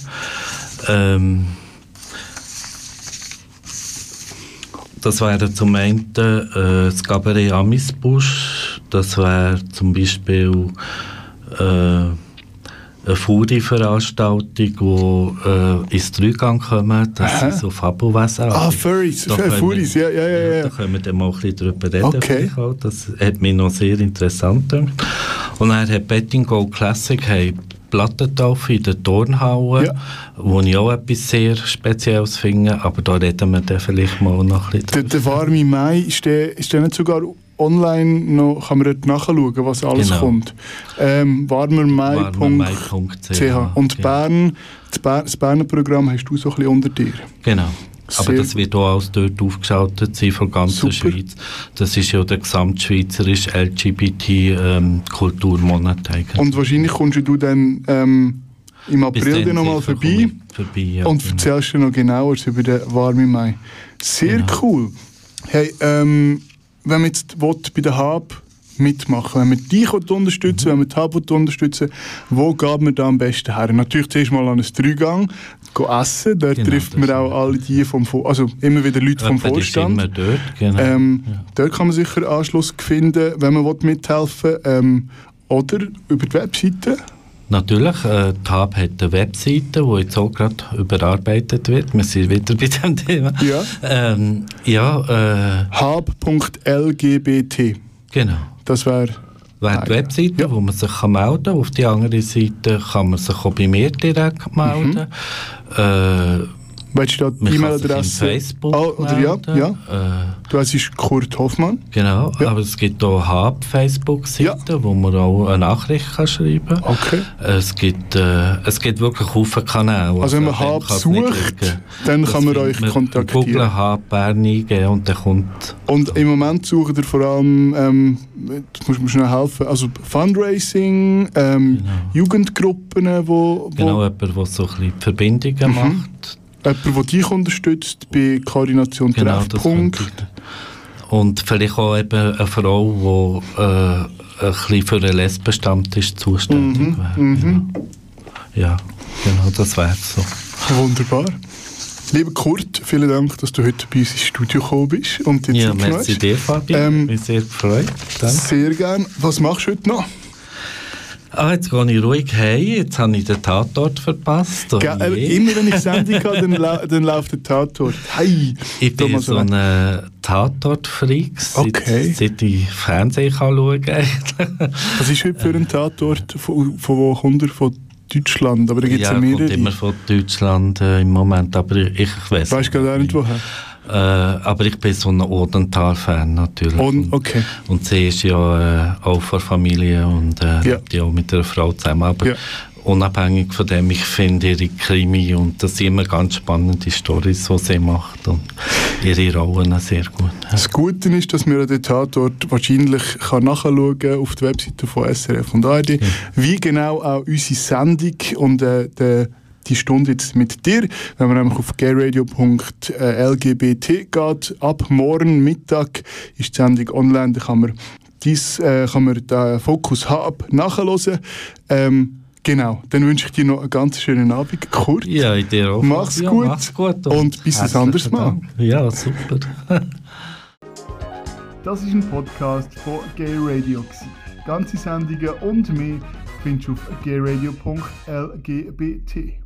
Das wäre zum einen das Cabaret Amisbusch, das wäre zum Beispiel eine Furi-Veranstaltung, die ins Dreigang kommen, das sind so Fabelwesen. Furries, Furis, ja. Da können wir dann mal ein bisschen drüber reden. Okay. Das hat mich noch sehr interessant gedacht. Und dann hat Bettingol Classic Plattentaufe in der Turnhalle, wo ich auch etwas sehr Spezielles finde, aber da reden wir dann vielleicht mal noch ein bisschen. Der warme Mai, ist der nicht sogar online noch, kann man dort nachschauen, was alles kommt? Warmermai.ch. Und genau. Bern, das Berner Programm hast du so ein bisschen unter dir. Genau. Aber das wird auch alles dort aufgeschaltet sein, von der ganzen Schweiz. Das ist ja der gesamtschweizerische LGBT-Kulturmonat eigentlich. Und wahrscheinlich kommst du dann im April dann nochmal vorbei ja, und erzählst dir noch genauer über den warmen Mai. Sehr cool. Hey, wenn man jetzt bei der HAB mitmachen, wenn man dich unterstützen will, wenn man die HAB unterstützen will, wo geht man da am besten her? Natürlich zuerst mal an einen Dreigang, essen, dort trifft man auch alle die also immer wieder Leute vom Vorstand. Immer dort, genau. Dort kann man sicher Anschluss finden, wenn man mithelfen will. Oder über die Webseite. Natürlich, die HAB hat eine Webseite, die jetzt auch gerade überarbeitet wird. Wir sind wieder bei diesem Thema. Ja. hab.lgbt. Genau. Das wäre die Webseite, wo man sich melden kann. Auf die andere Seite kann man sich auch bei mir direkt melden. Willst du da die E-Mail-Adresse? Facebook melden. Ja. Du heißt Kurt Hoffmann. Genau, aber es gibt auch HAB-Facebook-Seite, wo man auch eine Nachricht kann schreiben kann. Okay. Es gibt wirklich viele Kanäle. Also wenn man HAB sucht, dann kann man euch kontaktieren. Google HAB Bern eingeben und dann kommt... Und im Moment sucht ihr vor allem, das muss mir schnell helfen, also Fundraising, Jugendgruppen, wo... Genau, jemand, der so ein bisschen Verbindungen macht. Jemand, der dich unterstützt bei Koordination Treffpunkt. Und vielleicht auch eben eine Frau, die ein bisschen für den Lesbenstammtisch zuständig wäre. Genau. Ja, genau, das wäre so. Wunderbar. Lieber Kurt, vielen Dank, dass du heute bei uns ins Studio gekommen bist. Und merci dir, Fabi. Ich bin sehr gefreut. Danke. Sehr gerne. Was machst du heute noch? Jetzt gehe ich ruhig heim, jetzt habe ich den Tatort verpasst. Immer wenn ich Sendung habe, dann läuft der Tatort. Hey, ich bin so ein Tatort-Freak, seit ich Fernsehen schauen kann. Was ist heute für ein Tatort? Von wo kommt er? Von Deutschland? Aber da gibt's ja mehrere. Kommt immer von Deutschland im Moment, aber ich weiss weißt gar nicht woher? Aber ich bin so ein Odenthal-Fan natürlich. Okay. Und sie ist ja auch von Familie und die auch mit einer Frau zusammen. Aber unabhängig von dem, ich finde ihre Krimi und das sind immer ganz spannende Storys, die sie macht und ihre Rollen sehr gut. Das Gute ist, dass man den Tatort wahrscheinlich nachschauen kann auf der Webseite von SRF und ARD, wie genau auch unsere Sendung und die Stunde jetzt mit dir, wenn man nämlich auf gayradio.lgbt geht. Ab morgen Mittag ist die Sendung online, da kann man den Fokus Hub nachhören. Genau, dann wünsche ich dir noch einen ganz schönen Abend, Kurt. Ja, in dir auch. Mach's gut und bis ein anderes Mal. Ja, super. Das ist ein Podcast von Gay Radio. Ganze Sendungen und mehr findest du auf gayradio.lgbt.